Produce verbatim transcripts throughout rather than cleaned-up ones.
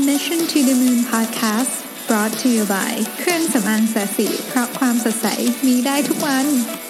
Mission to the Moon Podcast brought to you by เครื่องสำอางแสสีเพราะความสดใสมีได้ทุกวัน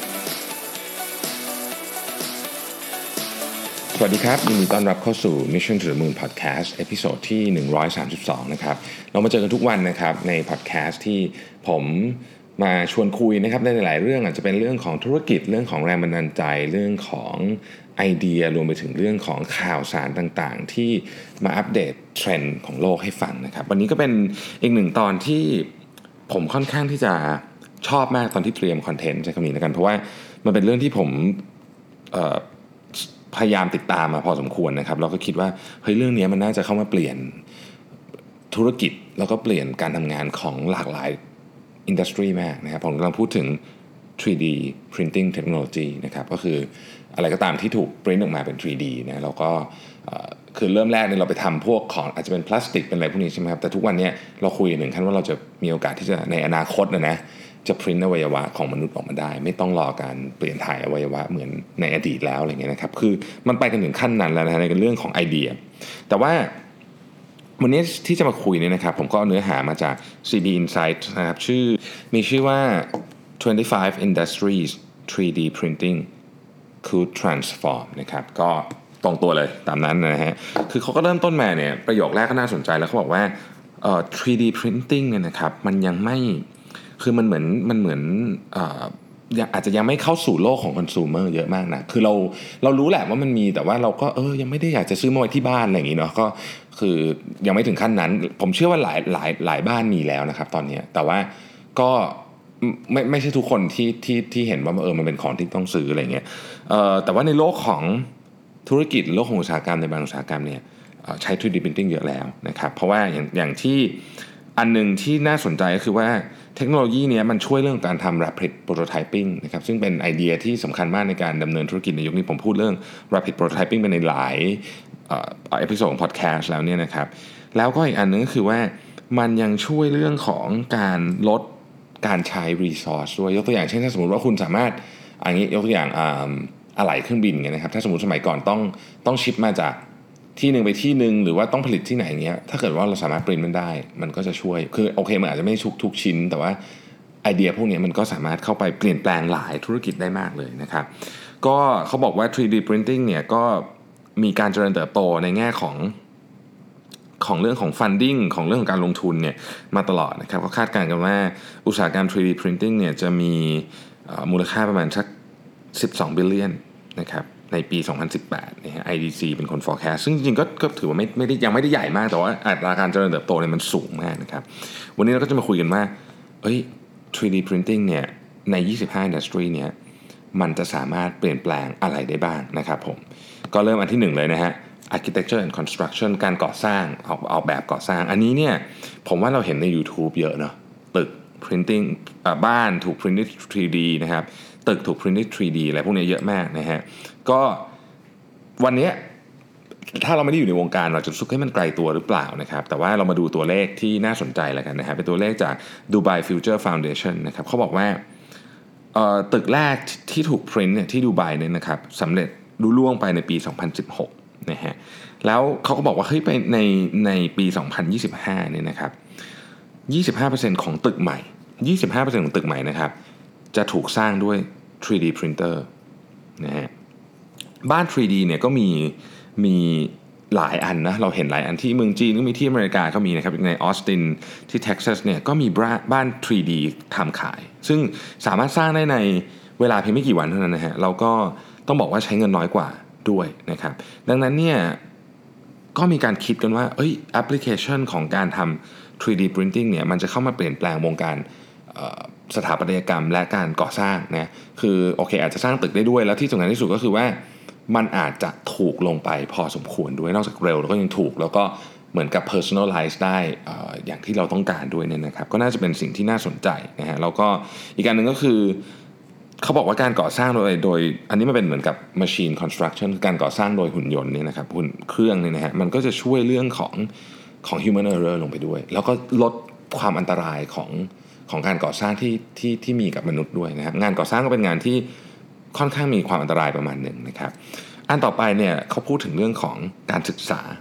สวัสดีครับยินดีต้อนรับเข้าสู่ Mission to the Moon Podcast เอพิโซดที่หนึ่งร้อยสามสิบสองนะครับเรามาเจอกันทุกวันนะครับใน podcast ที่ผมมาชวนคุยนะครับในหลายๆเรื่องอาจจะเป็นเรื่องของธุรกิจเรื่องของแรงบันดาลใจเรื่องของไอเดียรวมไปถึงเรื่องของข่าวสารต่างๆที่มาอัปเดตเทรนด์ของโลกให้ฟังนะครับวันนี้ก็เป็นอีกหนึ่งตอนที่ผมค่อนข้างที่จะชอบมากตอนที่เตรียมคอนเทนต์ใช้คำนี้แล้วกันเพราะว่ามันเป็นเรื่องที่ผมเอ่อพยายามติดตามมาพอสมควรนะครับแล้วก็คิดว่าเฮ้ยเรื่องนี้มันน่าจะเข้ามาเปลี่ยนธุรกิจแล้วก็เปลี่ยนการทำงานของหลากหลายอินดัสทรีมากนะครับผมกำลังพูดถึง ทรี ดี Printing Technology นะครับก็คืออะไรก็ตามที่ถูกปริ้นออกมาเป็น ทรี ดี นะแล้วก็คือเริ่มแรกเนี่ยเราไปทำพวกของอาจจะเป็นพลาสติกเป็นอะไรพวกนี้ใช่ไหมครับแต่ทุกวันนี้เราคุยถึงขั้นว่าเราจะมีโอกาสที่จะในอนาคตนะนะจะพริ้นอวัยวะของมนุษย์ออกมาได้ไม่ต้องรอการเปลี่ยนถ่ายอวัยวะเหมือนในอดีตแล้วอะไรเงี้ยนะครับคือมันไปกันถึงขั้นนั้นแล้วนะในเรื่องของไอเดียแต่ว่าวันนี้ที่จะมาคุยเนี่ยนะครับผมก็เอาเนื้อหามาจาก ซี ดี Insights นะครับชื่อมีชื่อว่าtwenty-five industries ทรี ดี printing could transform นะครับก็ตรงตัวเลยตามนั้นนะฮะคือเขาก็เริ่มต้นมาเนี่ยประโยคแรกก็น่าสนใจแล้วเขาบอกว่าเอ่อ ทรี ดี printing เนี่ยนะครับมันยังไม่คือมันเหมือนมันเหมือนเอ่ออาจจะยังไม่เข้าสู่โลกของคอน sumer เยอะมากนะคือเราเรารู้แหละว่ามันมีแต่ว่าเราก็เออยังไม่ได้อยากจะซื้อมาไว้ที่บ้านอะไรอย่างงี้เนาะก็คือยังไม่ถึงขั้นนั้นผมเชื่อว่าหลายหลายหลายบ้านมีแล้วนะครับตอนนี้แต่ว่าก็ไม่ไม่ใช่ทุกคนที่ที่ที่เห็นว่าเออมันเป็นของที่ต้องซื้ออะไรเงี้ยเอ่อแต่ว่าในโลกของธุรกิจโลกของอุตสาหกรรมในบางอุตสาหกรรมเนี่ยใช้ ทรี ดี printing เยอะแล้วนะครับเพราะว่าอย่างอย่างที่อันนึงที่น่าสนใจก็คือว่าเทคโนโลยีนี้มันช่วยเรื่องการทำ rapid prototyping นะครับซึ่งเป็นไอเดียที่สำคัญมากในการดำเนินธุรกิจในยุคนี้ผมพูดเรื่อง rapid prototyping ไปในหลายเอ่อเอพิโซดของ podcast แล้วเนี่ยนะครับแล้วก็อีกอันนึงก็คือว่ามันยังช่วยเรื่องของการลดการใช้ resource ด้วยยกตัวอย่างเช่นถ้าสมมติว่าคุณสามารถอันนี้ยกตัวอย่างอ่าอะไหล่เครื่องบินเงี้ยนะครับถ้าสมมติสมัยก่อนต้องต้องชิปมาจากที่นึงไปที่นึงหรือว่าต้องผลิตที่ไหนเงี้ยถ้าเกิดว่าเราสามารถปริ้นมันได้มันก็จะช่วยคือโอเคมันอาจจะไม่ทุกทุกชิ้นแต่ว่าไอเดียพวกนี้มันก็สามารถเข้าไปเปลี่ยนแปลงหลายธุรกิจได้มากเลยนะครับก็เขาบอกว่า ทรี ดี printing เนี่ยก็มีการเจริญเติบโตในแง่ของของเรื่องของ funding ของเรื่องของการลงทุนเนี่ยมาตลอดนะครับเขาคาดการณ์กันว่าอุตสาหกรรม ทรี ดี printing เนี่ยจะมีมูลค่าประมาณสักสิบสอง billion นะครับในปีสองพันสิบแปดนะฮะ ไอ ดี ซี เป็นคน forecast ซึ่งจริงๆก็ก็ถือว่าไม่ไม่ได้ยังไม่ได้ใหญ่มากแต่ว่าอัตราการเจริญเติบโตเนี่ยมันสูงมากนะครับวันนี้เราก็จะมาคุยกันว่าเอ้ย ทรี ดี printing เนี่ยในยี่สิบห้า industry เนี่ยมันจะสามารถเปลี่ยนแปลงอะไรได้บ้างนะครับผมก็เริ่มอันที่หนึ่งเลยนะฮะarchitecture and construction การก่อสร้างออกออกแบบก่อสร้างอันนี้เนี่ยผมว่าเราเห็นใน YouTube เยอะเนาะตึก printing อ่าบ้านถูก printed ทรี ดี นะครับตึกถูก printed ทรี ดี อะไรพวกนี้เยอะมากนะฮะก็วันนี้ถ้าเราไม่ได้อยู่ในวงการเราจะรู้สึกให้มันไกลตัวหรือเปล่านะครับแต่ว่าเรามาดูตัวเลขที่น่าสนใจแล้วกันนะฮะเป็นตัวเลขจาก Dubai Future Foundation นะครับเขาบอกว่าเอ่อตึกแรกที่ถูก print เนี่ยที่ดูไบเนี่ยนะครับสำเร็จลุล่วงไปในปีสองพันสิบหกนะฮะแล้วเขาก็บอกว่าเฮ้ยไปในในปีสองพันยี่สิบห้าเนี่ยนะครับ ยี่สิบห้าเปอร์เซ็นต์ ของตึกใหม่ ยี่สิบห้าเปอร์เซ็นต์ ของตึกใหม่นะครับจะถูกสร้างด้วย ทรี ดี printer นะฮะบ้าน ทรี ดี เนี่ยก็มีมีหลายอันนะเราเห็นหลายอันที่เมืองจีนก็มีที่อเมริกาก็มีนะครับในออสตินที่เท็กซัสเนี่ยก็มีบ้าน ทรี ดี ทำขายซึ่งสามารถสร้างได้ในเวลาเพียงไม่กี่วันเท่านั้นนะฮะเราก็ต้องบอกว่าใช้เงินน้อยกว่าด้วยนะครับดังนั้นเนี่ยก็มีการคิดกันว่าเอ้ยแอปพลิเคชันของการทำ ทรี ดี printing เนี่ยมันจะเข้ามาเปลี่ยนแปลงวงการสถาปัตยกรรมและการก่อสร้างนะคือโอเคอาจจะสร้างตึกได้ด้วยแล้วที่สำคัญที่สุดก็คือว่ามันอาจจะถูกลงไปพอสมควรด้วยนอกจากเร็วแล้วก็ยังถูกแล้วก็เหมือนกับ personalize ได้ อ, อย่างที่เราต้องการด้วยเนี่ยนะครับก็น่าจะเป็นสิ่งที่น่าสนใจนะฮะแล้วก็อีกการหนึ่งก็คือเขาบอกว่าการก่อสร้างโดยโดยอันนี้มันเป็นเหมือนกับ machine construction คือการก่อสร้างโดยหุ่นยนต์เนี่ยนะครับหุ่นเครื่องเนี่ยนะฮะมันก็จะช่วยเรื่องของของ human error ลงไปด้วยแล้วก็ลดความอันตรายของของการก่อสร้างที่ที่ที่มีกับมนุษย์ด้วยนะครับงานก่อสร้างก็เป็นงานที่ค่อนข้างมีความอันตรายประมาณหนึ่งนะครับอันต่อไปเนี่ยเขาพูดถึงเรื่องของการศึกษา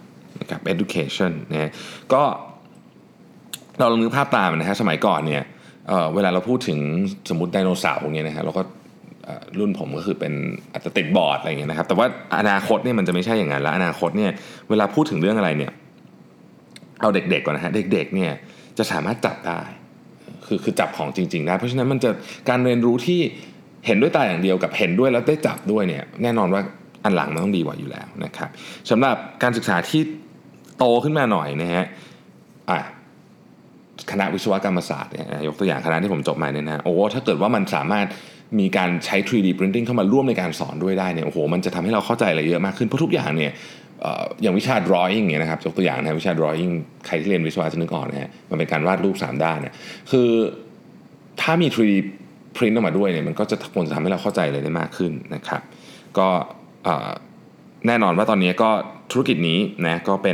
นะครับ education นะก็เราลองนึกภาพตามนะฮะสมัยก่อนเนี่ย เ, เวลาเราพูดถึงสมมติไดโนเสาร์เนี่ยนะฮะเราก็รุ่นผมก็คือเป็นอาจจะติดบอร์ดอะไรอย่างเงี้ยนะครับแต่ว่าอนาคตเนี่ยมันจะไม่ใช่อย่างนั้นแล้วอนาคตเนี่ยเวลาพูดถึงเรื่องอะไรเนี่ยเอาเด็กๆก่อนนะฮะเด็กๆเนี่ยจะสามารถจับได้คือคือจับของจริงๆได้เพราะฉะนั้นมันจะการเรียนรู้ที่เห็นด้วยตาอย่างเดียวกับเห็นด้วยแล้วได้จับด้วยเนี่ยแน่นอนว่าอันหลังมันต้องดีกว่าอยู่แล้วนะครับสำหรับการศึกษาที่โตขึ้นมาหน่อยนะฮะอ่ะคณะวิศวกรรมศาสตร์เนี่ยยกตัวอย่างคณะที่ผมจบมาเนี่ยนะโอ้ถ้าเกิดว่ามันสามารถมีการใช้ ทรี ดี printing เข้ามาร่วมในการสอนด้วยได้เนี่ยโอ้โหมันจะทำให้เราเข้าใจอะไรเยอะมากขึ้นเพราะทุกอย่างเนี่ยอย่างวิชา drawing เนี่ยนะครับยกตัวอย่างนะวิชา drawing ใครที่เรียนวิศวะจะนึกออกนะฮะมันเป็นการวาดรูปสามด้านเนี่ยคือถ้ามี ทรี ดี print ออกมาด้วยเนี่ยมันก็จะควรจะทำให้เราเข้าใจอะไรได้มากขึ้นนะครับก็แน่นอนว่าตอนนี้ก็ธุรกิจนี้นะก็เป็น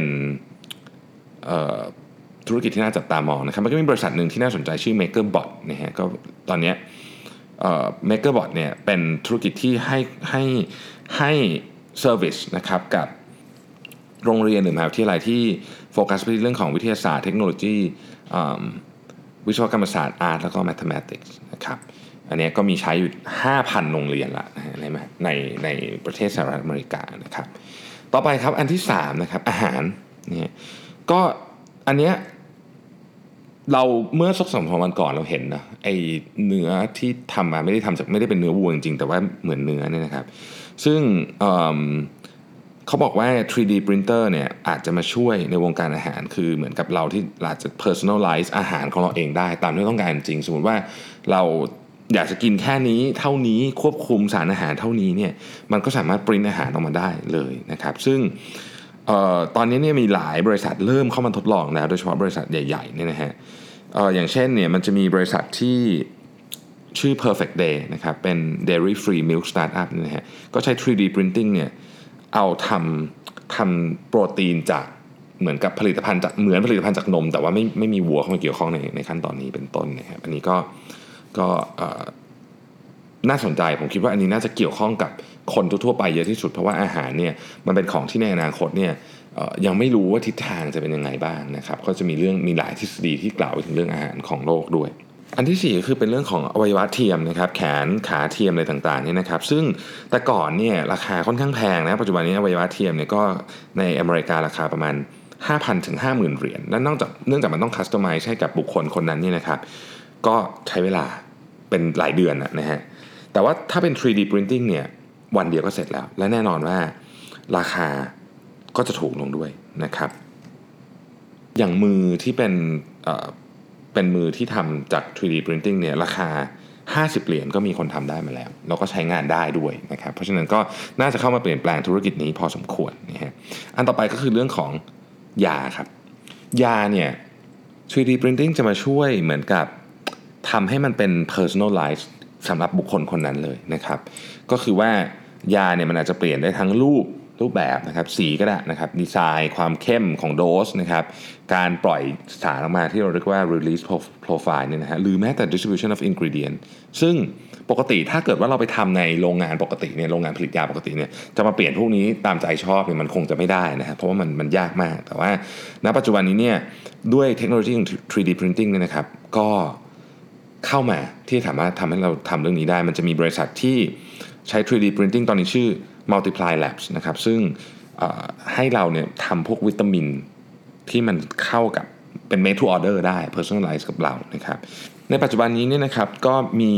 ธุรกิจที่น่าจับตามองนะครับมันก็มีบริษัทหนึ่งที่น่าสนใจชื่อ MakerBot นะฮะก็ตอนนี้เอ่อ MakerBot เนี่ยเป็นธุรกิจที่ให้ให้ให้เซอร์วิสนะครับกับโรงเรียนหรือมหาวิทยาลัยที่โฟกัสไปที่เรื่องของวิทยาศาสตร์เทคโนโลยีวิศวกรรมศาสตร์อาร์ตแล้วก็ Mathematics นะครับอันนี้ก็มีใช้อยู่ ห้าพัน โรงเรียนละในในในประเทศสหรัฐอเมริกานะครับต่อไปครับอันที่สามนะครับอาหารเนี่ยก็อันเนี้ยเราเมื่อสักสองสามวันก่อนเราเห็นนะไอเนื้อที่ทำมาไม่ได้ทำจากไม่ได้เป็นเนื้อวัวจริงๆแต่ว่าเหมือนเนื้อเนี่ยนะครับซึ่ง เ, เขาบอกว่า ทรี ดี printer เนี่ยอาจจะมาช่วยในวงการอาหารคือเหมือนกับเราที่อาจจะ personalize อาหารของเราเองได้ตามที่ต้องการจริงสมมติว่าเราอยากจะกินแค่นี้เท่านี้ควบคุมสารอาหารเท่านี้เนี่ยมันก็สามารถ print อาหารออกมาได้เลยนะครับซึ่งเอ่อตอนนี้เนี่ยมีหลายบริษัทเริ่มเข้ามาทดลองแล้วโดยเฉพาะบริษัทใหญ่ๆเนี่ยนะฮะเอ่ออย่างเช่นเนี่ยมันจะมีบริษัทที่ชื่อ Perfect Day นะครับเป็น Dairy Free Milk Startup นะฮะก็ใช้ ทรี ดี printing เนี่ยเอาทำทำโปรตีนจากเหมือนกับผลิตภัณฑ์จากเหมือนผลิตภัณฑ์จากนมแต่ว่าไม่ไม่มีวัวเข้ามาเกี่ยวข้องในในขั้นตอนนี้เป็นต้นนะครับอันนี้ก็ก็น่าสนใจผมคิดว่าอันนี้น่าจะเกี่ยวข้องกับคนทั่วไปเยอะที่สุดเพราะว่าอาหารเนี่ยมันเป็นของที่ในอนาคตเนี่ยยังไม่รู้ว่าทิศทางจะเป็นยังไงบ้างนะครับก็จะมีเรื่องมีหลายทฤษฎีที่กล่าวถึงเรื่องอาหารของโลกด้วยอันที่สี่ก็คือเป็นเรื่องของอวัยวะเทียมนะครับแขนขาเทียมอะไรต่างๆเนี่ยนะครับซึ่งแต่ก่อนเนี่ยราคาค่อนข้างแพงนะปัจจุบันนี้อวัยวะเทียมเนี่ยก็ในอเมริการาคาประมาณ ห้าพัน ถึง ห้าหมื่น เหรียญและนอกจากเนื่องจากมันต้องคัสตอมไมซ์ให้กับบุคคลคนนั้นนี่นะครับก็ใช้เวลาเป็นหลายเดือนนะฮะแต่ว่าถ้าเป็น ทรี ดี printing เนี่ยวันเดียวก็เสร็จแล้วและแน่นอนว่าราคาก็จะถูกลงด้วยนะครับอย่างมือที่เป็นเอ่อเป็นมือที่ทำจาก ทรี ดี printing เนี่ยราคาห้าสิบเหรียญก็มีคนทำได้มาแล้วแล้วก็ใช้งานได้ด้วยนะครับเพราะฉะนั้นก็น่าจะเข้ามาเปลี่ยนแปลงธุรกิจนี้พอสมควรนะฮะอันต่อไปก็คือเรื่องของยาครับยาเนี่ย ทรี ดี printing จะมาช่วยเหมือนกับทำให้มันเป็น personalize สำหรับบุคคลคนนั้นเลยนะครับก็คือว่ายาเนี่ยมันอาจจะเปลี่ยนได้ทั้งรูปรูปแบบนะครับสีก็ได้นะครับดีไซน์ความเข้มของโดสนะครับการปล่อยสารออกมาที่เราเรียกว่า release profile เนี่ยนะฮะหรือแม้แต่ distribution of ingredient ซึ่งปกติถ้าเกิดว่าเราไปทำในโรงงานปกติเนี่ยโรงงานผลิตยาปกติเนี่ยจะมาเปลี่ยนพวกนี้ตามใจชอบเนี่ยมันคงจะไม่ได้นะครับเพราะว่ามันมันยากมากแต่ว่าณปัจจุบันนี้เนี่ยด้วยเทคโนโลยีของ ทรี ดี printing เนี่ยนะครับก็เข้ามาที่สามารถทำให้เราทำเรื่องนี้ได้มันจะมีบริษัทที่ใช้ ทรี ดี printing ตอนนี้ชื่อ Multiply Labs นะครับซึ่งให้เราเนี่ยทำพวกวิตามินที่มันเข้ากับเป็น made to order ได้ personalize กับเรานะครับในปัจจุบันนี้เนี่ยนะครับก็มี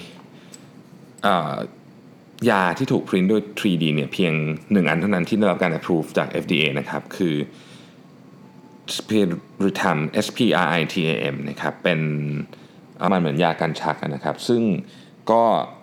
ยาที่ถูกพิมพ์ด้วย ทรี ดี เนี่ยเพียงหนึ่งอันเท่านั้นที่ได้รับการ approve จาก เอฟ ดี เอ นะครับคือ Spiritam เอส พี อาร์ ไอ ที เอ เอ็ม นะครับเป็นมันเหมือนยากันชักนะครับซึ่งก็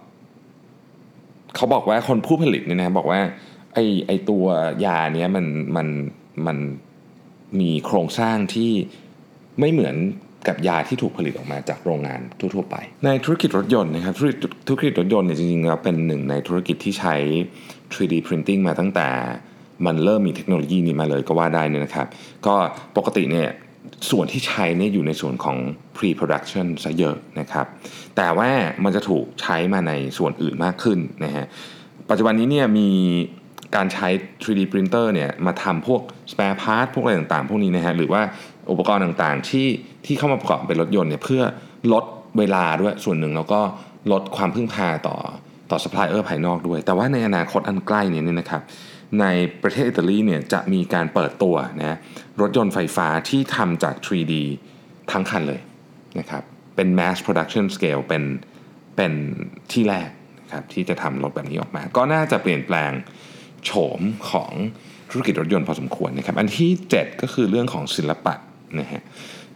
เขาบอกว่าคนผู้ผลิตเนี่ยนะบอกว่าไอ้ไอ้ตัวยาเนี้ยมันมันมันมีโครงสร้างที่ไม่เหมือนกับยาที่ถูกผลิตออกมาจากโรงงานทั่วๆไปในธุรกิจรถยนต์นะครับธุรกิจธุรกิจรถยนต์เนี่ยจริงๆแล้วเป็นหนึ่งในธุรกิจที่ใช้ ทรี ดี printing มาตั้งแต่มันเริ่มมีเทคโนโลยีนี้มาเลยก็ว่าได้เนี่ยนะครับก็ปกติเนี่ยส่วนที่ใช้เนี่ยอยู่ในส่วนของ pre-production ซะเยอะนะครับแต่ว่ามันจะถูกใช้มาในส่วนอื่นมากขึ้นนะฮะปัจจุบันนี้เนี่ยมีการใช้ ทรี ดี printer เนี่ยมาทำพวก spare part พวกอะไรต่างๆพวกนี้นะฮะหรือว่าอุปกรณ์ต่างๆที่ที่เข้ามาประกอบเป็นรถยนต์เนี่ยเพื่อลดเวลาด้วยส่วนหนึ่งแล้วก็ลดความพึ่งพาต่อต่อ supplier ภายนอกด้วยแต่ว่าในอนาคตอันใกล้นี้เนี่ยนะครับในประเทศอิตาลีเนี่ยจะมีการเปิดตัวนะรถยนต์ไฟฟ้าที่ทำจาก ทรี ดี ทั้งคันเลยนะครับเป็น mass production scale เป็นเป็นที่แรกนะครับที่จะทำรถแบบนี้ออกมาก็น่าจะเปลี่ยนแปลงโฉมของธุรกิจรถยนต์พอสมควรนะครับอันที่เจ็ดก็คือเรื่องของศิลปะนะฮะ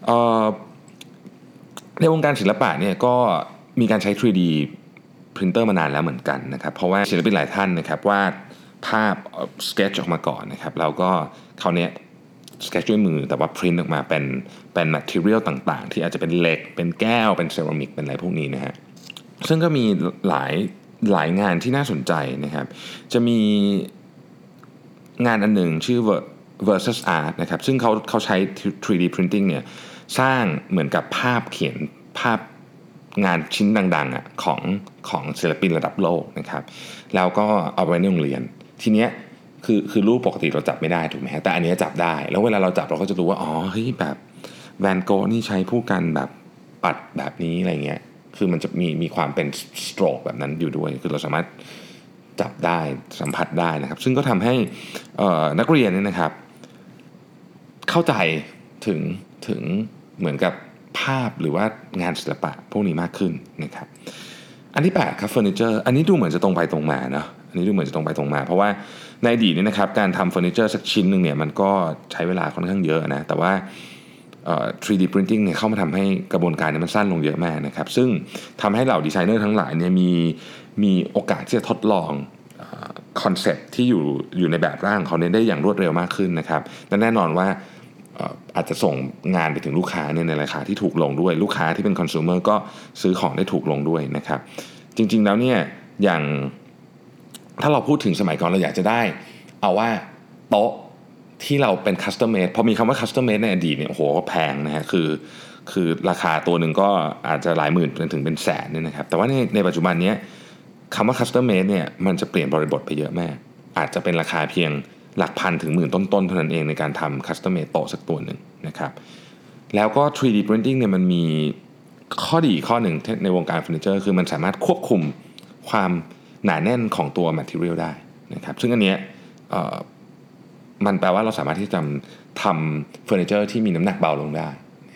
ในวงการศิลปะเนี่ยก็มีการใช้ ทรี ดี printer มานานแล้วเหมือนกันนะครับเพราะว่าศิลปินหลายท่านนะครับวาดภาพ sketch ออกมาก่อนนะครับแล้วก็เขาเนี้ย sketch ด้วยมือแต่ว่า print ออกมาเป็นเป็น material ต่างๆที่อาจจะเป็นเหล็กเป็นแก้วเป็นเซรามิกเป็นอะไรพวกนี้นะฮะซึ่งก็มีหลายหลายงานที่น่าสนใจนะครับจะมีงานอันหนึ่งชื่อ versus art นะครับซึ่งเขาเขาใช้ ทรี ดี printing เนี่ยสร้างเหมือนกับภาพเขียนภาพงานชิ้นดังๆอ่ะของของศิลปินระดับโลกนะครับแล้วก็เอาไว้ในโรงเรียนทีเนี้ยคือคือรูปปกติเราจับไม่ได้ถูกไหมฮะแต่อันนี้จับได้แล้วเวลาเราจับเราก็จะรู้ว่าอ๋อเฮ้ยแบบแวนโกะนี่ใช้ผู้กันแบบปัดแบบนี้อะไรเงี้ยคือมันจะมีมีความเป็นสโตรกแบบนั้นอยู่ด้วยคือเราสามารถจับได้สัมผัสได้นะครับซึ่งก็ทำให้นักเรียนเนี่ยนะครับเข้าใจถึงถึงเหมือนกับภาพหรือว่างานศิลปะพวกนี้มากขึ้นนะครับอันที่แปดครับเฟอร์นิเจอร์อันนี้ดูเหมือนจะตรงไปตรงมาเนาะอันนี้ดูเหมือนจะตรงไปตรงมาเพราะว่าในอดีตเนี่ยนะครับการทำเฟอร์นิเจอร์สักชิ้นหนึ่งเนี่ยมันก็ใช้เวลาค่อนข้างเยอะนะแต่ว่าเอ่อ ทรี ดี printing เนี่ยเข้ามาทำให้กระบวนการเนี่ยมันสั้นลงเยอะมากนะครับซึ่งทำให้เหล่าดีไซเนอร์ทั้งหลายเนี่ยมีมีโอกาสที่จะทดลองคอนเซ็ปต์ที่อยู่อยู่ในแบบร่างเขาเนี่ยได้อย่างรวดเร็วมากขึ้นนะครับและแน่นอนว่าอาจจะส่งงานไปถึงลูกค้าเนี่ยในราคาที่ถูกลงด้วยลูกค้าที่เป็นคอน sumer ก็ซื้อของได้ถูกลงด้วยนะครับจริงๆแล้วเนี่ยอย่างถ้าเราพูดถึงสมัยก่อนเราอยากจะได้เอาว่าโต๊ะที่เราเป็น custom made พอมีคำว่า custom made ในอดีตเนี่ยโอ้โหแพงนะฮะคือคือราคาตัวหนึ่งก็อาจจะหลายหมื่นจนถึงเป็นแสนเนี่ยนะครับแต่ว่าในในปัจจุบันนี้คำว่า custom made เนี่ยมันจะเปลี่ยนบริบทไปเยอะมากอาจจะเป็นราคาเพียงหลักพันถึงหมื่นต้นๆเท่านั้นเองในการทำ custom made โต๊ะสักตัวหนึ่งนะครับแล้วก็ ทรี ดี printing เนี่ยมันมีข้อดีข้อหนึ่งในวงการเฟอร์นิเจอร์คือมันสามารถควบคุมความหนาแน่นของตัว material ได้นะครับซึ่งอันเนี้ยมันแปลว่าเราสามารถที่จะทำเฟอร์นิเจอร์ที่มีน้ำหนักเบาลงได้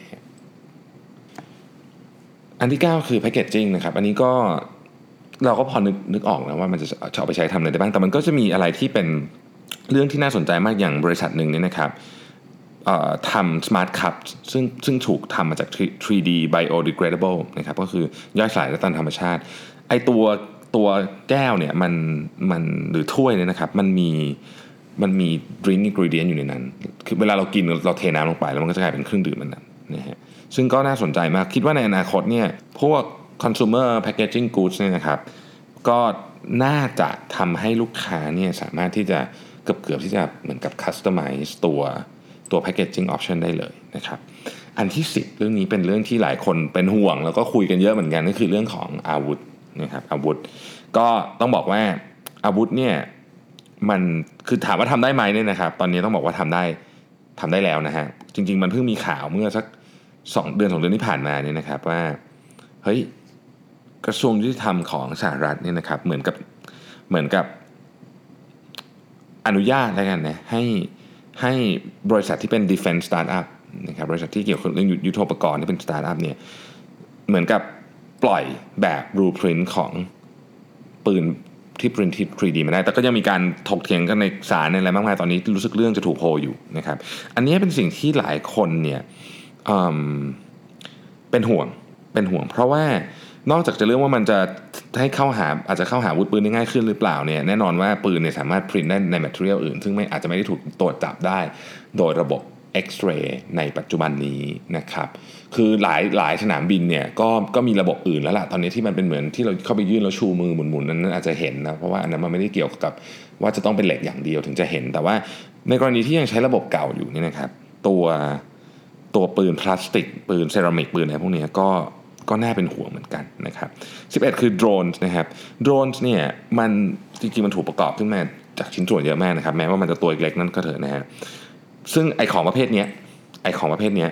อันที่เก้าคือ packaging นะครับอันนี้ก็เราก็พอนึกนึกออกนะว่ามันจะเอาไปใช้ทำอะไรได้บ้างแต่มันก็จะมีอะไรที่เป็นเรื่องที่น่าสนใจมากอย่างบริษัทหนึ่งเนี่ยนะครับทำ smart cup ซึ่งซึ่งถูกทำมาจาก ทรี ดี biodegradable นะครับก็คือย่อยสลายได้ตามธรรมชาติไอตัวตัวแก้วเนี่ยมันมันหรือถ้วยเนี่ยนะครับมันมีมันมี drink ingredient อยู่ในนั้นคือเวลาเรากินเราเทน้ำลงไปแล้วมันก็จะกลายเป็นเครื่องดื่มมันนั้นนะฮะซึ่งก็น่าสนใจมากคิดว่าในอนาคตเนี่ยพวก consumer packaging goods เนี่ยนะครับก็น่าจะทำให้ลูกค้าเนี่ยสามารถที่จะเกือบๆที่จะเหมือนกับ customize ตัวตัว packaging option ได้เลยนะครับอันที่สิบเรื่องนี้เป็นเรื่องที่หลายคนเป็นห่วงแล้วก็คุยกันเยอะเหมือนกันก็คือเรื่องของอาวุธนะครับอาวุธก็ต้องบอกว่าอาวุธเนี่ยมันคือถามว่าทำได้ไหมเนี่ยนะครับตอนนี้ต้องบอกว่าทำได้ทำได้แล้วนะฮะจริงๆมันเพิ่งมีข่าวเมื่อสักสองเดือนสองเดือนที่ผ่านมาเนี่ยนะครับว่าเฮ้ยกระทรวงยุติธรรมของสหรัฐเนี่ยนะครับเหมือนกับเหมือนกับอนุญาตแล้วกันนะให้ให้บริษัทที่เป็น defense startup นะครับบริษัทที่เกี่ยวกับเรื่องยุทโธปกรณ์ที่เป็น startup เนี่ยเหมือนกับปล่อยแบบ blueprint ของปืนที่ print ที่ ทรี ดี มาได้แต่ก็ยังมีการถกเถียงกันในศาลในอะไรมากมายตอนนี้รู้สึกเรื่องจะถูกโฮอยู่นะครับอันนี้เป็นสิ่งที่หลายคนเนี่ยเอ่อเป็นห่วงเป็นห่วงเพราะว่านอกจากจะเรื่องว่ามันจะให้เข้าหาอาจจะเข้าหาอาวุธปืนได้ง่ายขึ้นหรือเปล่าเนี่ยแน่นอนว่าปืนเนี่ยสามารถ print ได้ใน material อื่นซึ่งไม่อาจจะไม่ได้ถูกตรวจจับได้โดยระบบ X-ray ในปัจจุบันนี้นะครับคือหลายหลายสนามบินเนี่ยก็ก็มีระบบอื่นแล้วล่ะตอนนี้ที่มันเป็นเหมือนที่เราเข้าไปยื่นแล้วชูมือหมุนๆนั้นอาจจะเห็นนะเพราะว่าอันนั้นมันไม่ได้เกี่ยวกับว่าจะต้องเป็นเหล็กอย่างเดียวถึงจะเห็นแต่ว่าในกรณีที่ยังใช้ระบบเก่าอยู่นี่นะครับตัวตัวปืนพลาสติกปืนเซรามิกปืนอะไรพวกนี้ก็ก็น่าเป็นห่วงเหมือนกันนะครับสิบเอ็ดคือโดรนนะครับโดรนเนี่ยมันจริงๆมันถูกประกอบขึ้นมาจากชิ้นส่วนเยอะมากนะครับแม้ว่ามันจะตัวเล็กนั่นก็เถอะนะฮะซึ่งไอของประเภทนี้ไอของประเภทนี้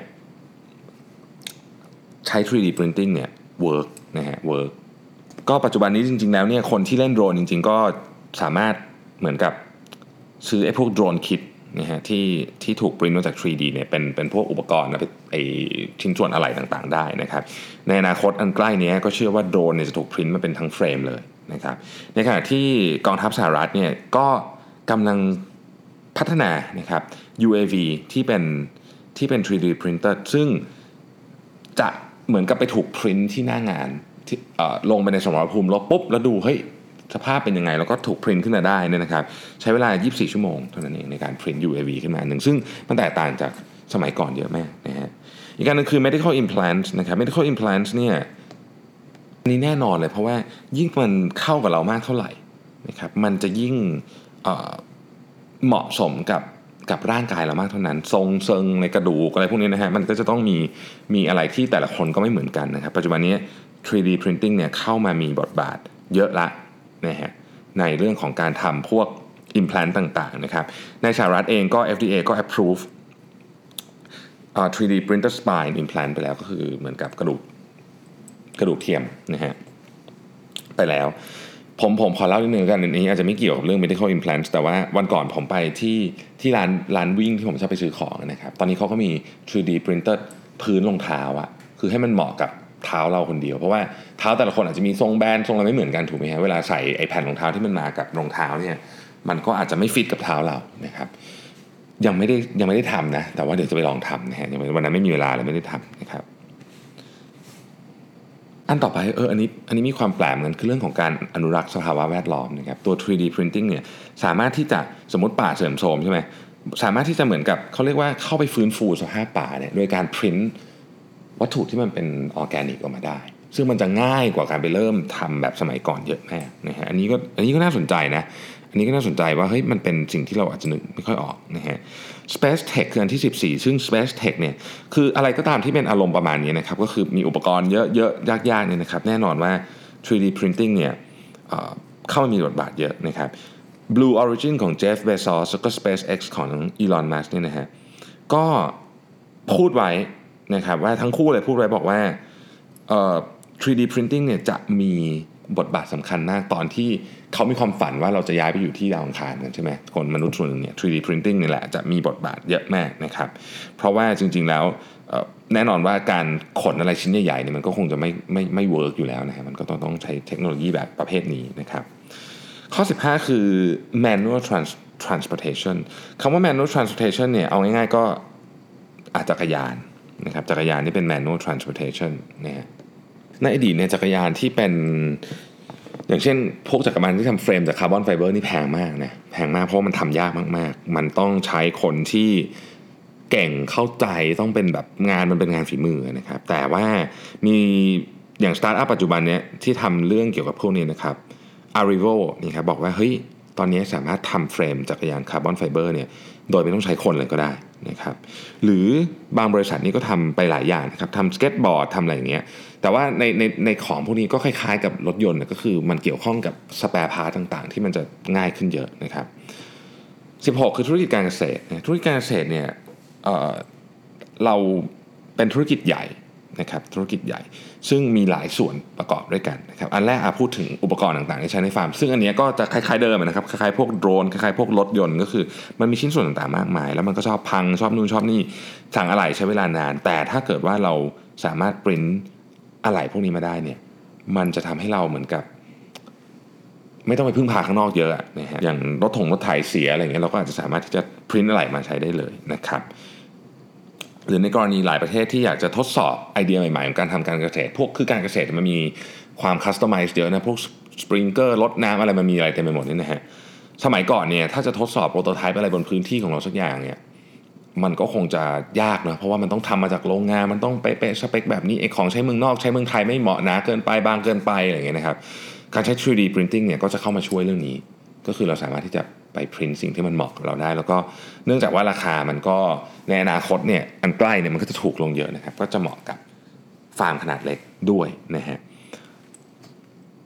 ใช้ ทรี ดี printing เนี่ย work นะฮะ work ก็ปัจจุบันนี้จริงๆแล้วเนี่ยคนที่เล่นโดรนจริงๆก็สามารถเหมือนกับซื้อไอ้พวกโดรนคิดนะฮะที่ที่ถูกปริ้นมาจาก ทรี ดี เนี่ยเป็นเป็นพวกอุปกรณ์นะไอ้ชิ้นส่วนอะไหล่ต่างๆได้นะครับในอนาคตอันใกล้นี้ก็เชื่อว่าโดรนเนี่ยจะถูกปริ้นมาเป็นทั้งเฟรมเลยนะครับในขณะที่กองทัพสหรัฐเนี่ยก็กำลังพัฒนานะครับ ยู เอ วี ที่เป็นที่เป็น ทรี ดี printer ซึ่งจะเหมือนกับไปถูกพริ้นที่หน้างานที่ลงไปในสมรภูมิแล้วปุ๊บแล้วดูเฮ้ยสภาพเป็นยังไงแล้วก็ถูกพริ้นขึ้นมาได้เนี่ยนะครับใช้เวลายี่สิบสี่ชั่วโมงเท่านั้นเองในการพริ้น ยู เอ วี ขึ้นมาหนึ่งซึ่งมันแตกต่างจากสมัยก่อนเยอะมากนะฮะอีกการนึงคือ medical implants นะครับ medical implants เนี่ยอันนี้แน่นอนเลยเพราะว่ายิ่งมันเข้ากับเรามากเท่าไหร่นะครับมันจะยิ่งเอ่อเหมาะสมกับกับร่างกายเรามากเท่านั้นทรงเซิงในกระดูกอะไรพวกนี้นะฮะมันก็จะต้องมีมีอะไรที่แต่ละคนก็ไม่เหมือนกันนะครับปัจจุบันนี้ ทรี ดี printing เนี่ยเข้ามามีบทบาทเยอะละนะฮะในเรื่องของการทำพวก implant ต่างๆนะครับในสหรัฐเองก็ เอฟ ดี เอ ก็ approve อ่า ทรี ดี printed spine implant ไปแล้วก็คือเหมือนกับกระดูกกระดูกเทียมนะฮะไปแล้วผมผมขอเล่านิดนึงกันอันนี้อาจจะไม่เกี่ยวกับเรื่อง medical implants แต่ว่าวันก่อนผมไปที่ที่ร้านร้านวิ่งที่ผมชอบไปซื้อของนะครับตอนนี้เขาก็มี ทรี ดี printed พื้นรองเท้าอะคือให้มันเหมาะกับเท้าเราคนเดียวเพราะว่าเท้าแต่ละคนอาจจะมีทรงแบนทรงอะไรไม่เหมือนกันถูกไหมฮะเวลาใส่ไอ้แผ่นรองเท้าที่มันมากับรองเท้าเนี่ยมันก็อาจจะไม่ฟิตกับเท้าเรานะครับยังไม่ได้ยังไม่ได้ทำนะแต่ว่าเดี๋ยวจะไปลองทำนะฮะวันนั้นไม่มีเวลาเลยไม่ได้ทำนะครับอันต่อไปเอออันนี้อันนี้มีความแปลกเหมือนคือเรื่องของการอนุรักษ์สภาวะแวดล้อมนะครับตัว ทรี ดี printing เนี่ยสามารถที่จะสมมติป่าเสื่อมโทรมใช่ไหมสามารถที่จะเหมือนกับเขาเรียกว่าเข้าไปฟื้นฟูสภาพป่าเนี่ยโดยการพิมพ์วัตถุที่มันเป็นออร์แกนิกออกมาได้ซึ่งมันจะง่ายกว่าการไปเริ่มทำแบบสมัยก่อนเยอะมากนะฮะอันนี้ก็อันนี้ก็น่าสนใจนะอันนี้ก็น่าสนใจว่าเฮ้ยมันเป็นสิ่งที่เราอาจจะนึกไม่ค่อยออกนะฮะ Space Tech คืออันที่สิบสี่ซึ่ง Space Tech เนี่ยคืออะไรก็ตามที่เป็นอารมณ์ประมาณนี้นะครับก็คือมีอุปกรณ์เยอะๆยากๆเนี่ยนะครับแน่นอนว่า ทรี ดี printing เนี่ยเอ่อเข้ามามีบทบาทเยอะนะครับ Blue Origin ของ Jeff Bezos แล้วก็ SpaceX ของ Elon Musk เนี่ยนะฮะก็พูดไว้นะครับว่าทั้งคู่เลยพูดไว้บอกว่าเอ่อ ทรี ดี printing เนี่ยจะมีบทบาทสำคัญมากตอนที่เขามีความฝันว่าเราจะย้ายไปอยู่ที่ดาวอังคารกันใช่ไหมคนมนุษย์ส่วนหนึ่งเนี่ย ทรี ดี printing นี่แหละจะมีบทบาทเยอะมากนะครับเพราะว่าจริงๆแล้วแน่นอนว่าการขนอะไรชิ้นใหญ่ๆเนี่ยมันก็คงจะไม่ไม่ไม่เวิร์กอยู่แล้วนะฮะมันก็ต้องต้องใช้เทคโนโลยีแบบประเภทนี้นะครับข้อสิบห้าคือ manual trans transportation คำว่า manual transportation เนี่ยเอาง่ายๆก็อาจจักรยานนะครับจักรยานนี่เป็น manual transportation นะฮะในอดีตเนี่ยจักรยานที่เป็นอย่างเช่นพวกจักรยานที่ทำเฟรมจากคาร์บอนไฟเบอร์นี่แพงมากนะแพงมากเพราะมันทำยากมากๆมันต้องใช้คนที่เก่งเข้าใจต้องเป็นแบบงานมันเป็นงานฝีมือนะครับแต่ว่ามีอย่างสตาร์ทอัพปัจจุบันเนี้ยที่ทำเรื่องเกี่ยวกับพวกนี้นะครับ Arrivo นี่ครับบอกว่าเฮ้ยตอนนี้สามารถทำเฟรมจักรยานคาร์บอนไฟเบอร์เนี่ยโดยไม่ต้องใช้คนเลยก็ได้นะครับหรือบางบริษัทนี่ก็ทำไปหลายอย่างนะครับทำสเก็ตบอร์ดทำอะไรอย่างเงี้ยแต่ว่าในในในของพวกนี้ก็คล้ายๆกับรถยนต์ก็คือมันเกี่ยวข้องกับสแปร์พาร์ทต่างๆที่มันจะง่ายขึ้นเยอะนะครับสิบหกคือธุรกิจการเกษตรธุรกิจการเกษตรเนี่ย เอ่อ เราเป็นธุรกิจใหญ่นะครับธุรกิจใหญ่ซึ่งมีหลายส่วนประกอบด้วยกันนะครับอันแรกพูดถึงอุปกรณ์ต่างๆที่ใช้ในฟาร์มซึ่งอันนี้ก็จะคล้ายๆเดิมนะครับคล้ายๆพวกโดรนคล้ายๆพวกรถยนต์ก็คือมันมีชิ้นส่วนต่างๆมากมายแล้วมันก็ชอบพังชอบนู่นชอบนี่สั่งอะไหล่ใช้เวลานานแต่ถ้าเกิดว่าเราสามารถปริ้นอะไหล่พวกนี้มาได้เนี่ยมันจะทำให้เราเหมือนกับไม่ต้องไปพึ่งพาข้างนอกเยอะนะฮะอย่างรถถงรถไถเสียอะไรเงี้ยเราก็อาจจะสามารถที่จะปริ้นอะไหล่มาใช้ได้เลยนะครับหรือในกรณีหลายประเทศที่อยากจะทดสอบไอเดียใหม่ๆของการทำการเกษตรพวกคือการเกษตรมันมีความคัสตอมไมซ์เยอะนะพวกสปริงเกอร์รดน้ำอะไรมันมีอะไรเต็มไปหมดนี่นะฮะสมัยก่อนเนี่ยถ้าจะทดสอบโปรโตไทป์อะไรบนพื้นที่ของเราสักอย่างเนี่ยมันก็คงจะยากนะเพราะว่ามันต้องทำมาจากโรงงานมันต้องเป๊ะๆสเปคแบบนี้ไอ้ของใช้เมืองนอกใช้เมืองไทยไม่เหมาะหนาเกินไปบางเกินไปอะไรอย่างเงี้ยนะครับการใช้ ทรี ดี printing เนี่ยก็จะเข้ามาช่วยเรื่องนี้ก็คือเราสามารถที่จะไปพิมพ์สิ่งที่มันเหมาะกับเราได้แล้วก็เนื่องจากว่าราคามันก็ในอนาคตเนี่ยอันใกล้เนี่ยมันก็จะถูกลงเยอะนะครับก็จะเหมาะกับฟาร์มขนาดเล็กด้วยนะฮะ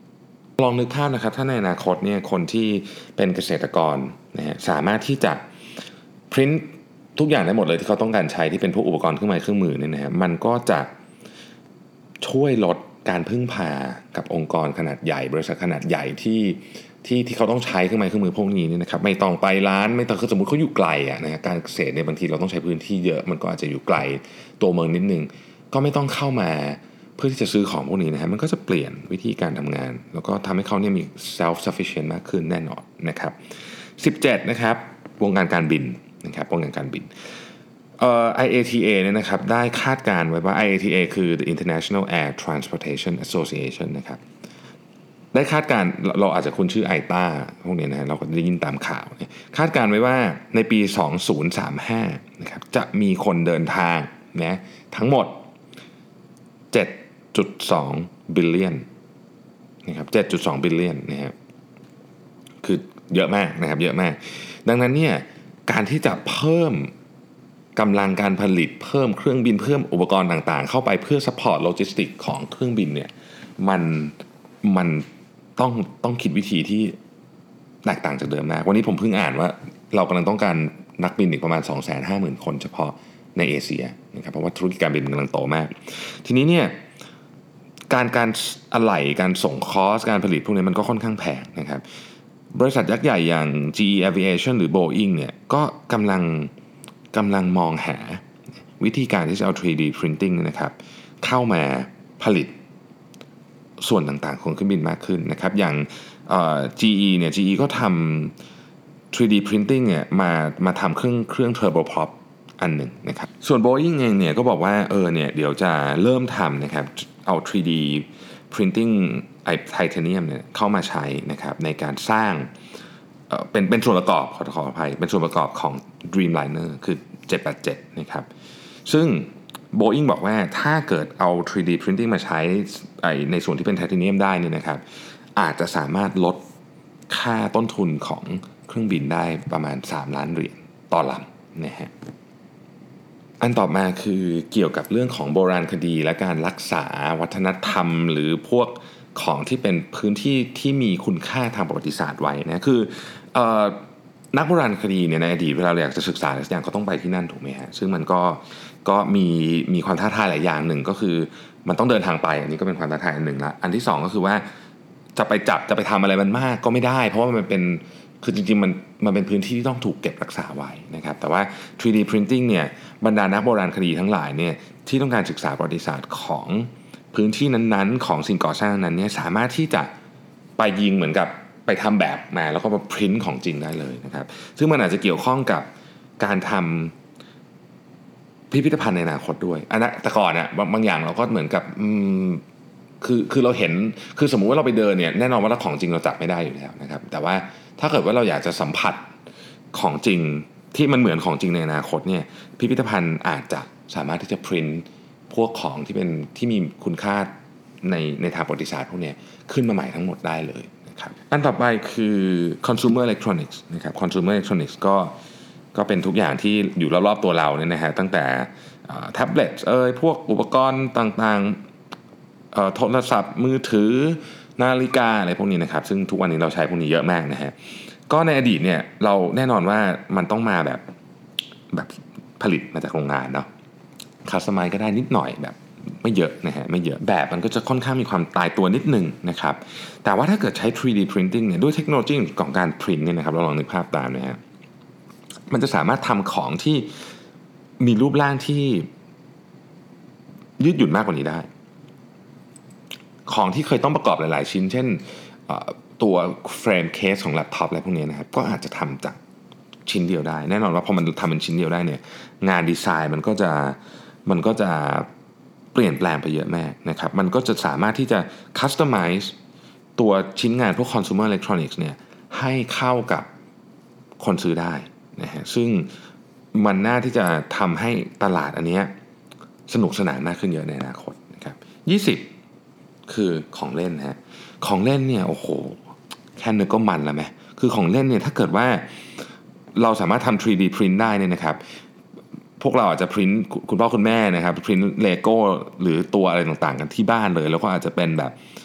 ลองนึกภาพนะครับถ้าในอนาคตเนี่ยคนที่เป็นเกษตรกรนะฮะสามารถที่จะพิมพ์ทุกอย่างได้หมดเลยที่เขาต้องการใช้ที่เป็นพวกอุปกรณ์เครื่องไม้เครื่องมือเนี่ยนะฮะมันก็จะช่วยลดการพึ่งพากับองค์กรขนาดใหญ่บริษัทขนาดใหญ่ที่ที่ที่เขาต้องใช้เครื่องไม้เครื่องมือพวกนี้เนี่ยนะครับไม่ต้องไปร้านไม่ต้องคือสมมุติเขาอยู่ไกลอ่ะนะการเกษตรเนี่ยบางทีเราต้องใช้พื้นที่เยอะมันก็อาจจะอยู่ไกลตัวเมืองนิดนึงก็ไม่ต้องเข้ามาเพื่อที่จะซื้อของพวกนี้นะฮะมันก็จะเปลี่ยนวิธีการทำงานแล้วก็ทำให้เขาเนี่ยมี self sufficient มากขึ้นแน่นอนนะครับสิบเจ็ดนะครับวงการการบินนะครับวงการการบินเอ่อ ไอ เอ ที เอ เนี่ยนะครับได้คาดการไว้ว่า ไอ เอ ที เอ คือ The International Air Transportation Association นะครับได้คาดการเราอาจจะคุ้นชื่อ ไอ ที เอ พวกนี้นะเราก็ได้ยินตามข่าวคาดการไว้ว่าในปีสองพันสามสิบห้านะครับจะมีคนเดินทางนะทั้งหมด เจ็ดจุดสอง billion นะครับ เจ็ดจุดสอง billion นะครับคือเยอะมากนะครับเยอะมากดังนั้นเนี่ยการที่จะเพิ่มกำลังการผลิตเพิ่มเครื่องบินเพิ่มอุปกรณ์ต่างๆเข้าไปเพื่อ support logistics ของเครื่องบินเนี่ยมันมันต้องต้องคิดวิธีที่แตกต่างจากเดิมมากวันนี้ผมเพิ่งอ่านว่าเรากำลังต้องการนักบินอีกประมาณ สองแสนห้าหมื่น คนเฉพาะในเอเชียนะครับเพราะว่าธุรกิจการบินกำลังโตมากทีนี้เนี่ยการการอะไหล่การส่งคอสการผลิตพวกนี้มันก็ค่อนข้างแพงนะครับบริษัทยักษ์ใหญ่อย่าง จี อี Aviation หรือ Boeing เนี่ยก็กำลังกำลังมองหาวิธีการที่จะเอา ทรี ดี Printing นะครับเข้ามาผลิตส่วนต่างๆของเครื่องบินมากขึ้นนะครับอย่าง จี อี เนี่ย จี อี ก็ทำ ทรี ดี Printing เนี่ยมามาทำเครื่องเครื่อง Turboprop อันหนึ่งนะครับส่วน Boeing เองเนี่ยก็บอกว่าเออเนี่ยเดี๋ยวจะเริ่มทำนะครับเอา ทรี ดี Printing ไอ้ไทเทเนียมเนี่ยเข้ามาใช้นะครับในการสร้างเอ่อเป็นเป็นส่วนประกอบขอขออภัยเป็นส่วนประกอบของ Dreamliner คือเจ็ดแปดเจ็ดนะครับซึ่ง Boeing บอกว่าถ้าเกิดเอา ทรี ดี Printing มาใช้ไอ้ในส่วนที่เป็นไทเทเนียมได้เนี่ยนะครับอาจจะสามารถลดค่าต้นทุนของเครื่องบินได้ประมาณสามล้านเหรียญต่อลำนะฮะอันต่อมาคือเกี่ยวกับเรื่องของโบราณคดีและการรักษาวัฒนธรรมหรือพวกของที่เป็นพื้นที่ที่มีคุณค่าทางประวัติศาสตร์ไว้นะคือเอ่อนักโบราณคดีเนี่ยในอดีตเวลาเราอยากจะศึกษาอะไรสักอย่างก็ต้องไปที่นั่นถูกไหมฮะซึ่งมันก็ก็มีมีความท้าทายหลายอย่างหนึ่งก็คือมันต้องเดินทางไปอันนี้ก็เป็นความท้าทายอันหนึ่งละอันที่สองก็คือว่าจะไปจับจะไปทำอะไรมันมากก็ไม่ได้เพราะว่ามันเป็นคือจริงๆมันมันเป็นพื้นที่ที่ต้องถูกเก็บรักษาไว้นะครับแต่ว่า ทรี ดี Printing เนี่ยบรรดานักโบราณคดีทั้งหลายเนี่ยที่ต้องการศึกษาประวัติศาสตร์ของพื้นที่นั้นๆของสิ่งก่อสร้างนั้นเนี่ยสามารถที่จะไปยิงเหมือนกับไปทำแบบมาแล้วก็มาพิมพ์ของจริงได้เลยนะครับซึ่งมันอาจจะเกี่ยวข้องกับการทำพิพิธภัณฑ์ในอนาคตด้วยอันนั้นแต่ก่อนอ่ะบางอย่างเราก็เหมือนกับคือคือเราเห็นคือสมมุติว่าเราไปเดินเนี่ยแน่นอนว่าเราของจริงเราจับไม่ได้อยู่แล้วนะครับแต่ว่าถ้าเกิดว่าเราอยากจะสัมผัสของจริงที่มันเหมือนของจริงในอนาคตเนี่ยพิพิธภัณฑ์อาจจะสามารถที่จะพิมพ์พวกของที่เป็นที่มีคุณค่าในในทางประวัติศาสตร์พวกนี้ขึ้นมาใหม่ทั้งหมดได้เลยนะครับอันต่อไปคือ consumer electronics นะครับ consumer electronics ก็ก็เป็นทุกอย่างที่อยู่รอบๆตัวเราเนี่ยนะฮะตั้งแต่แท็บเล็ตเอ่ยพวกอุปกรณ์ต่างๆโทรศัพท์มือถือนาฬิกาอะไรพวกนี้นะครับซึ่งทุกวันนี้เราใช้พวกนี้เยอะมากนะฮะก็ในอดีตเนี่ยเราแน่นอนว่ามันต้องมาแบบแบบผลิตมาจากโรงงานเนาะคัสตอมไมซ์ก็ได้นิดหน่อยแบบไม่เยอะนะฮะไม่เยอะแบบมันก็จะค่อนข้างมีความตายตัวนิดนึงนะครับแต่ว่าถ้าเกิดใช้ ทรี ดี Printing เนี่ยด้วยเทคโนโลยีของการพิมพ์เนี่ยนะครับเราลองนึกภาพตามนะฮะมันจะสามารถทำของที่มีรูปร่างที่ยืดหยุ่นมากกว่านี้ได้ของที่เคยต้องประกอบหลายๆชิ้นเช่นตัวเฟรมเคสของแล็ปท็อปอะไรพวกนี้นะครับก็อาจจะทำจากชิ้นเดียวได้แน่นอนว่าพอมันทำเป็นชิ้นเดียวได้เนี่ยงานดีไซน์มันก็จะมันก็จะเปลี่ยนแปลงไปเยอะมากนะครับมันก็จะสามารถที่จะคัสตอมไมซ์ตัวชิ้นงานพวก consumer electronics เนี่ยให้เข้ากับคนซื้อได้นะฮะซึ่งมันน่าที่จะทำให้ตลาดอันนี้สนุกสนานมากขึ้นเยอะในอนาคตนะครับยี่สิบคือของเล่นฮะของเล่นเนี่ยโอ้โหแค่นึกก็มันแล้วไหมคือของเล่นเนี่ยถ้าเกิดว่าเราสามารถทำ ทรี ดี print ได้เนี่ยนะครับพวกเราอาจจะ print คุณพ่อคุณแม่นะครับ print Lego หรือตัวอะไรต่างๆกันที่บ้านเลยแล้วก็อาจจะเป็นแบบ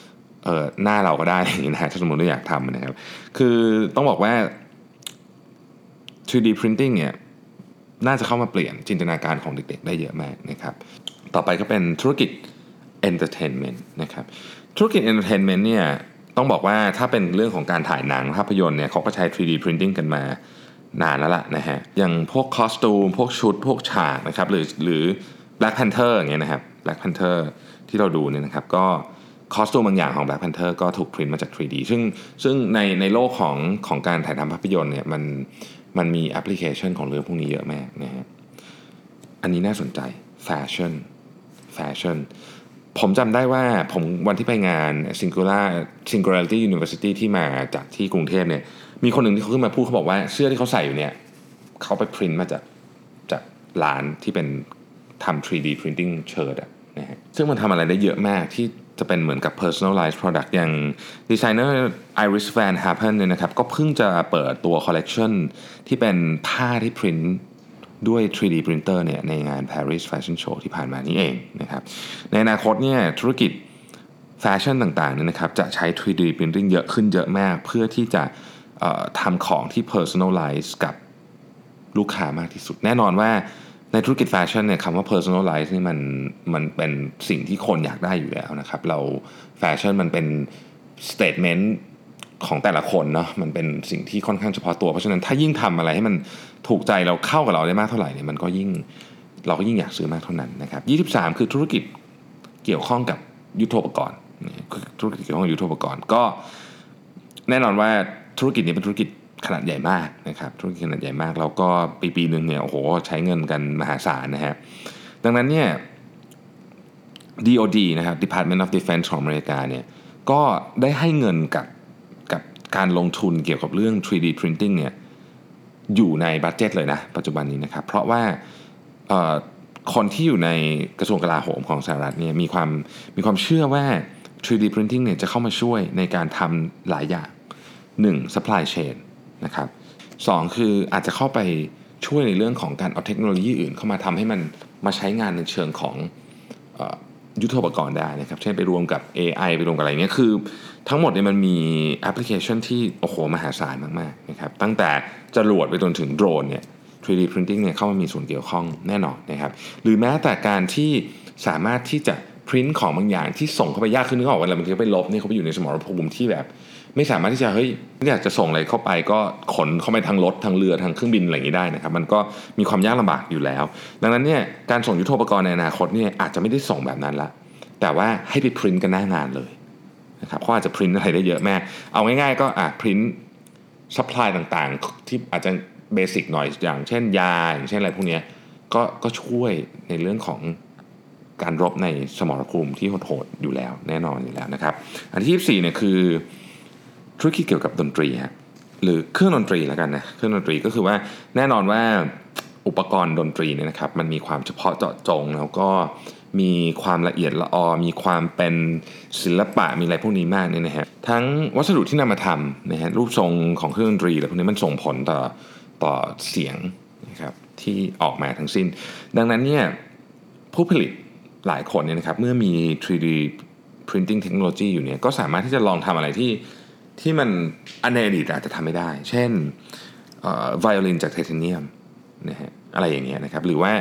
เออหน้าเราก็ได้อย่างนี้นะถ้าสมมติเราอยากทำนะครับคือต้องบอกว่า ทรี ดี Printing เนี่ยน่าจะเข้ามาเปลี่ยนจินตนาการของเด็กๆได้เยอะมากนะครับต่อไปก็เป็นธุรกิจ Entertainment นะครับธุรกิจ Entertainment เนี่ยต้องบอกว่าถ้าเป็นเรื่องของการถ่ายหนังภาพยนตร์เนี่ยเขาก็ใช้ ทรี ดี Printing กันมานานแล้วล่ะนะฮะอย่างพวกคอสตูมพวกชุดพวกฉากนะครับหรือหรือ Black Panther อย่างเงี้ยนะครับ Black Panther ที่เราดูเนี่ยนะครับก็คอสตูมบางอย่างของ Black Panther ก็ถูกพิมพ์มาจาก ทรี ดี ซึ่งซึ่งในในโลกของของการถ่ายทำภาพยนตร์เนี่ยมันมันมีแอปพลิเคชันของเรื่องพวกนี้เยอะมากนะฮะอันนี้น่าสนใจแฟชั่นแฟชั่นผมจำได้ว่าผมวันที่ไปงาน Singular Singularity University ที่มาจากที่กรุงเทพเนี่ยมีคนหนึ่งที่เขาขึ้นมาพูดเขาบอกว่าเสื้อที่เขาใส่อยู่เนี่ยเขาไปพิมพ์มาจากจากร้านที่เป็นทำ ทรี ดี Printing shirt อะนะฮะซึ่งมันทำอะไรได้เยอะมากที่จะเป็นเหมือนกับ personalized product อย่างดีไซเนอร์ Iris Van Happen เนี่ยนะครับก็เพิ่งจะเปิดตัวคอลเลกชันที่เป็นผ้าที่พิมพ์ด้วย ทรี ดี printer เนี่ยในงาน Paris Fashion Show ที่ผ่านมานี้เองนะครับในอนาคตเนี่ยธุรกิจแฟชั่นต่างๆเนี่ยนะครับจะใช้ ทรี ดี printing เยอะขึ้นเยอะมากเพื่อที่จะทำของที่ personalize กับลูกค้ามากที่สุดแน่นอนว่าในธุรกิจแฟชั่นเนี่ยคำว่า personalize นี่มันมันเป็นสิ่งที่คนอยากได้อยู่แล้วนะครับเราแฟชั่นมันเป็น statement ของแต่ละคนเนาะมันเป็นสิ่งที่ค่อนข้างเฉพาะตัวเพราะฉะนั้นถ้ายิ่งทำอะไรให้มันถูกใจเราเข้ากับเราได้มากเท่าไหร่เนี่ยมันก็ยิ่งเราก็ยิ่งอยากซื้อมากเท่านั้นนะครับยี่สิบสามคือธุรกิจเกี่ยวข้องกับยุทโธปกรณ์ธุรกิจเกี่ยวข้องกับยุทโธปกรณ์ก็แน่นอนว่าธุรกิจนี้เป็นธุรกิจขนาดใหญ่มากนะครับธุรกิจขนาดใหญ่มากแล้วก็ปีปีนึงเนี่ยโอ้โหใช้เงินกันมหาศาลนะฮะดังนั้นเนี่ย ดี โอ ดี นะครับ Department of Defense ของอเมริกาเนี่ยก็ได้ให้เงินกับกับการลงทุนเกี่ยวกับเรื่อง ทรี ดี Printing เนี่ยอยู่ในบัดเจ็ตเลยนะปัจจุบันนี้นะครับเพราะว่าคนที่อยู่ในกระทรวงกลาโหมของสหรัฐเนี่ยมีความมีความเชื่อว่า ทรี ดี Printing เนี่ยจะเข้ามาช่วยในการทำหลายอย่างหนึ่ง supply chain นะครับสองคืออาจจะเข้าไปช่วยในเรื่องของการเอาเทคโนโลยีอื่นเข้ามาทำให้มันมาใช้งานในเชิงของเอ่อยุทโธปกรณ์ได้นะครับเช่นไปรวมกับ เอ ไอ ไปรวมกับอะไรเงี้ยคือทั้งหมดเนี่ยมันมีแอปพลิเคชันที่โอ้โหมหาศาลมากๆนะครับตั้งแต่จรวดไปจนถึงโดรนเนี่ย ทรี ดี Printing เนี่ยเข้ามามีส่วนเกี่ยวข้องแน่นอนนะครับหรือแม้แต่การที่สามารถที่จะพิมพ์ของบางอย่างที่ส่งเข้าไปยากขึ้นนึกออกว่าอะไรบางทีเขาไปลบนี่เขาไปอยู่ในสมรภูมิที่แบบไม่สามารถที่จะเฮ้ยอยากจะส่งอะไรเข้าไปก็ขนเข้าไปทางรถทางเรือทางเครื่องบินอะไรอย่างนี้ได้นะครับมันก็มีความยากลำบากอยู่แล้วดังนั้นเนี่ยการส่งยุทโธปกรณ์ในอนาคตเนี่ยอาจจะไม่ได้ส่งแบบนั้นละแต่ว่าให้ไปพิมพ์กันหน้างานเลยนะครับเขาอาจจะพิมพ์อะไรได้เยอะแม่เอาง่ายๆก็อ่ะพิมพ์ซัพพลายต่างๆที่อาจจะเบสิกหน่อยอย่างเช่นยาอย่างเช่นอะไรพวกนี้ก็ก็ช่วยในเรื่องของการรบในสมรภูมิที่โหดๆอยู่แล้วแน่นอนอยู่แล้วนะครับอันที่ยี่สิบสี่เนี่ยคือธุรกิจเกี่ยวกับดนตรีฮะหรือเครื่องดนตรีแล้วกันนะเครื่องดนตรีก็คือว่าแน่นอนว่าอุปกรณ์ดนตรีเนี่ยนะครับมันมีความเฉพาะเจาะจงแล้วก็มีความละเอียดละออมีความเป็นศิลปะมีอะไรพวกนี้มากเนี่ยนะฮะทั้งวัสดุที่นำมาทำนะฮะรูปทรงของเครื่องดนตรีอะไรพวกนี้มันส่งผลต่อต่อเสียงนะครับที่ออกมาทั้งสิ้นดังนั้นเนี่ยผู้ผลิตหลายคนเนี่ยนะครับเมื่อมี ทรี ดี Printing Technology อยู่เนี่ยก็สามารถที่จะลองทำอะไรที่ที่มันอันในอดีตอาจจะทำไม่ได้เช่นไวโอลินจากไทเทเนียมนะฮะอะไรอย่างเงี้ยนะครับหรือว่า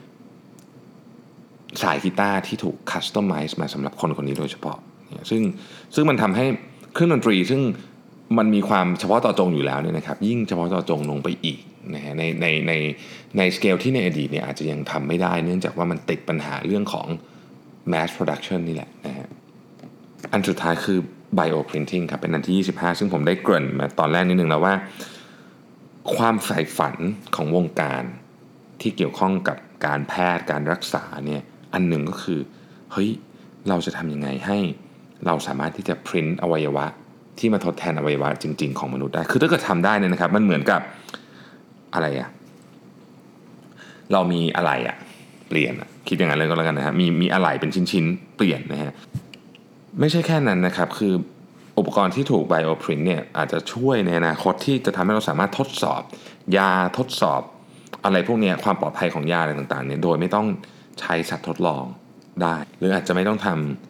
สายกีตาร์ที่ถูกคัสตอมไมซ์มาสำหรับคนคนนี้โดยเฉพาะซึ่งซึ่งมันทำให้เครื่องดนตรีซึ่งมันมีความเฉพาะเจาะจงอยู่แล้วเนี่ยนะครับยิ่งเฉพาะเจาะจงลงไปอีกนะฮะในในในในสเกลที่ในอดีตเนี่ยอาจจะยังทำไม่ได้เนื่องจากว่ามันติดปัญหาเรื่องของ mass production นี่แหละนะฮะอันสุดท้ายคือ bio printing ครับเป็นอันที่ยี่สิบห้าซึ่งผมได้เกริ่นมาตอนแรกนิดนึงแล้วว่าความใฝ่ฝันของวงการที่เกี่ยวข้องกับการแพทย์การรักษาเนี่ยอันหนึ่งก็คือเฮ้ยเราจะทำยังไงให้เราสามารถที่จะพรินท์อวัยวะที่มาทดแทนอวัยวะจริงๆของมนุษย์ได้คือถ้าเกิดทำได้เนี่ยนะครับมันเหมือนกับอะไรอะเรามีอะไรอะเปลี่ยนอะคิดอย่างนั้นเลยก็แล้วกันนะฮะมีมีอะไรเป็นชิ้นๆเปลี่ยนนะฮะไม่ใช่แค่นั้นนะครับคืออุปกรณ์ที่ถูกไบโอพรินท์เนี่ยอาจจะช่วยในอนาคตที่จะทำให้เราสามารถทดสอบยาทดสอบอะไรพวกนี้ความปลอดภัยของยาอะไรต่างๆเนี่ยโดยไม่ต้องใช้สัตว์ทดลองได้หรืออาจจะไม่ต้องทำ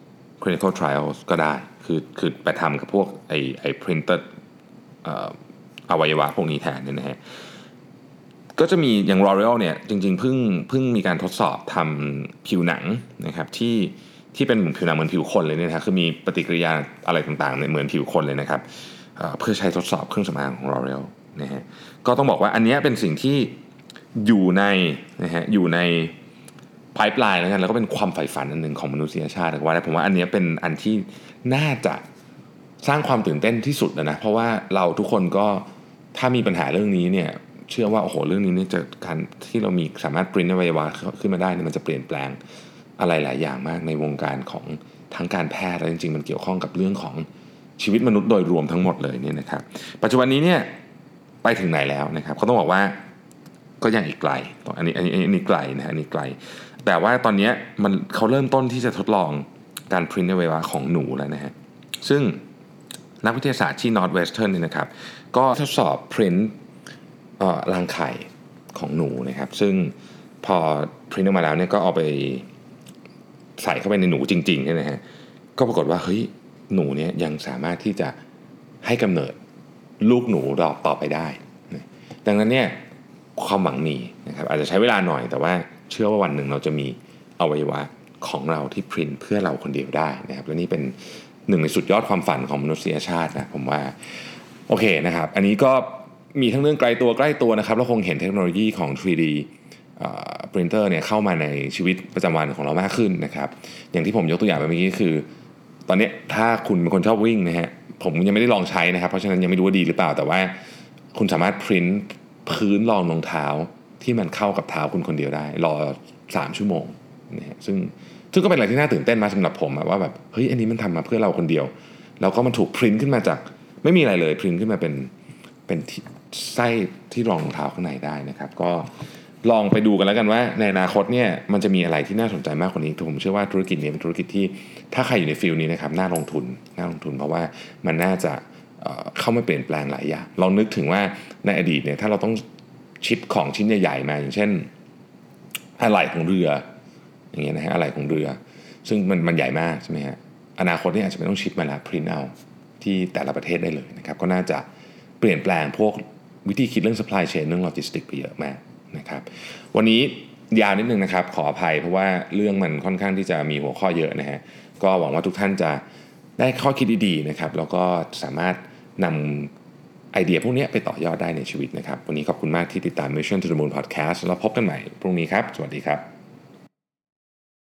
clinical trials ก็ได้คือคือไปทำกับพวกไอ้ไอ้ printed เอ่ออวัยวะพวกนี้แทนเนี่ยนะฮะก็จะมีอย่าง L'Oreal เนี่ยจริงๆเพิ่งเพิ่งมีการทดสอบทำผิวหนังนะครับที่ที่เป็นเหมือนผิวหนังเหมือนผิวคนเลยเนี่ยนะครับคือมีปฏิกิริยาอะไรต่างๆเนี่ยเหมือนผิวคนเลยนะครับเอ่อเพื่อใช้ทดสอบเครื่องสำอางของ L'Oreal นะฮะก็ต้องบอกว่าอันนี้เป็นสิ่งที่อยู่ในนะฮะอยู่ในไพป์ไลน์แล้วกันแล้วก็เป็นความใฝ่ฝันอันหนึ่งของมนุษยชาติว่าผมว่าอันนี้เป็นอันที่น่าจะสร้างความตื่นเต้นที่สุดนะเพราะว่าเราทุกคนก็ถ้ามีปัญหาเรื่องนี้เนี่ยเชื่อว่าโอ้โหเรื่องนี้เนี่ยจะการที่เรามีสามารถปริ้นอวัยวะขึ้นมาได้เนี่ยมันจะเปลี่ยนแปลงอะไรหลายอย่างมากในวงการของทั้งการแพทย์และจริงๆมันเกี่ยวข้องกับเรื่องของชีวิตมนุษย์โดยรวมทั้งหมดเลยเนี่ยนะครับปัจจุบันนี้เนี่ยไปถึงไหนแล้วนะครับเขาต้องบอกว่าก็ยังอีกไกลอันนี้อันนี้อันนี้ไกลนะอันนี้ไกลแต่ว่าตอนนี้มันเขาเริ่มต้นที่จะทดลองการพริ้นอวัยวะของหนูแล้วนะฮะซึ่งนักวิทยาศาสตร์ที่ Northwestern เนี่ยนะครับก็ทดสอบพริ้นรังไข่ของหนูนะครับซึ่งพอพริ้นออกมาแล้วเนี่ยก็เอาไปใส่เข้าไปในหนูจริงๆเนี่ยนะฮะก็ปรากฏว่าเฮ้ยหนูเนี่ยยังสามารถที่จะให้กำเนิดลูกหนูต่อไปได้ดังนั้นเนี่ยความหวังมีนะครับอาจจะใช้เวลาหน่อยแต่ว่าเชื่อว่าวันหนึ่งเราจะมีอวัยวะของเราที่พริ้นเพื่อเราคนเดียวได้นะครับและนี่เป็นหนึ่งในสุดยอดความฝันของมนุษยชาตินะผมว่าโอเคนะครับอันนี้ก็มีทั้งเรื่องไกลตัวใกล้ตัวนะครับเราคงเห็นเทคโนโลยีของ ทรี ดี ปรินเตอร์เนี่ยเข้ามาในชีวิตประจำวันของเรามากขึ้นนะครับอย่างที่ผมยกตัวอย่างไปเมื่อกี้คือตอนนี้ถ้าคุณเป็นคนชอบวิ่งนะฮะผมยังไม่ได้ลองใช้นะครับเพราะฉะนั้นยังไม่รู้ว่าดีหรือเปล่าแต่ว่าคุณสามารถพริ้นพื้นรองรองเท้าที่มันเข้ากับเท้าคุณคนเดียวได้รอสามชั่วโมงนะฮะซึ่งซึ่งก็เป็นอะไรที่น่าตื่นเต้นมากสำหรับผมว่าแบบเฮ้ยอันนี้มันทำมาเพื่อเราคนเดียวแล้วก็มันถูกพริ้นขึ้นมาจากไม่มีอะไรเลยพริ้นขึ้นมาเป็นเป็นไส้ที่รองรองเท้าข้างในได้นะครับก็ลองไปดูกันแล้วกันว่าในอนาคตเนี่ยมันจะมีอะไรที่น่าสนใจมากกว่านี้ผมเชื่อว่าธุรกิจนี้เป็นธุรกิจที่ถ้าใครอยู่ในฟิลนี้นะครับน่าลงทุนน่าลงทุนเพราะว่ามันน่าจะเข้ามาเปลี่ยนแปลงหลายอย่างลองนึกถึงว่าในอดีตเนี่ยถ้าเราต้องชิปของชิ้นใหญ่ๆมาอย่างเช่นอะไหล่ของเรืออย่างเงี้ยนะฮะอะไหล่ของเรือซึ่งมันมันใหญ่มากใช่ไหมฮะอนาคตเนี่ยอาจจะไม่ต้องชิปมาแล้วพริ้นเอาที่แต่ละประเทศได้เลยนะครับก็น่าจะเปลี่ยนแปลงพวกวิธีคิดเรื่อง supply chain เรื่อง logistics ไปเยอะมากนะครับวันนี้ยาวนิดนึงนะครับขออภัยเพราะว่าเรื่องมันค่อนข้างที่จะมีหัวข้อเยอะนะฮะก็หวังว่าทุกท่านจะได้ข้อคิดดีๆนะครับแล้วก็สามารถนำไอเดียพวกนี้ไปต่อยอดได้ในชีวิตนะครับวันนี้ขอบคุณมากที่ติดตาม Mission to the Moon Podcast แล้วพบกันใหม่พรุ่งนี้ครับสวัสดีครับ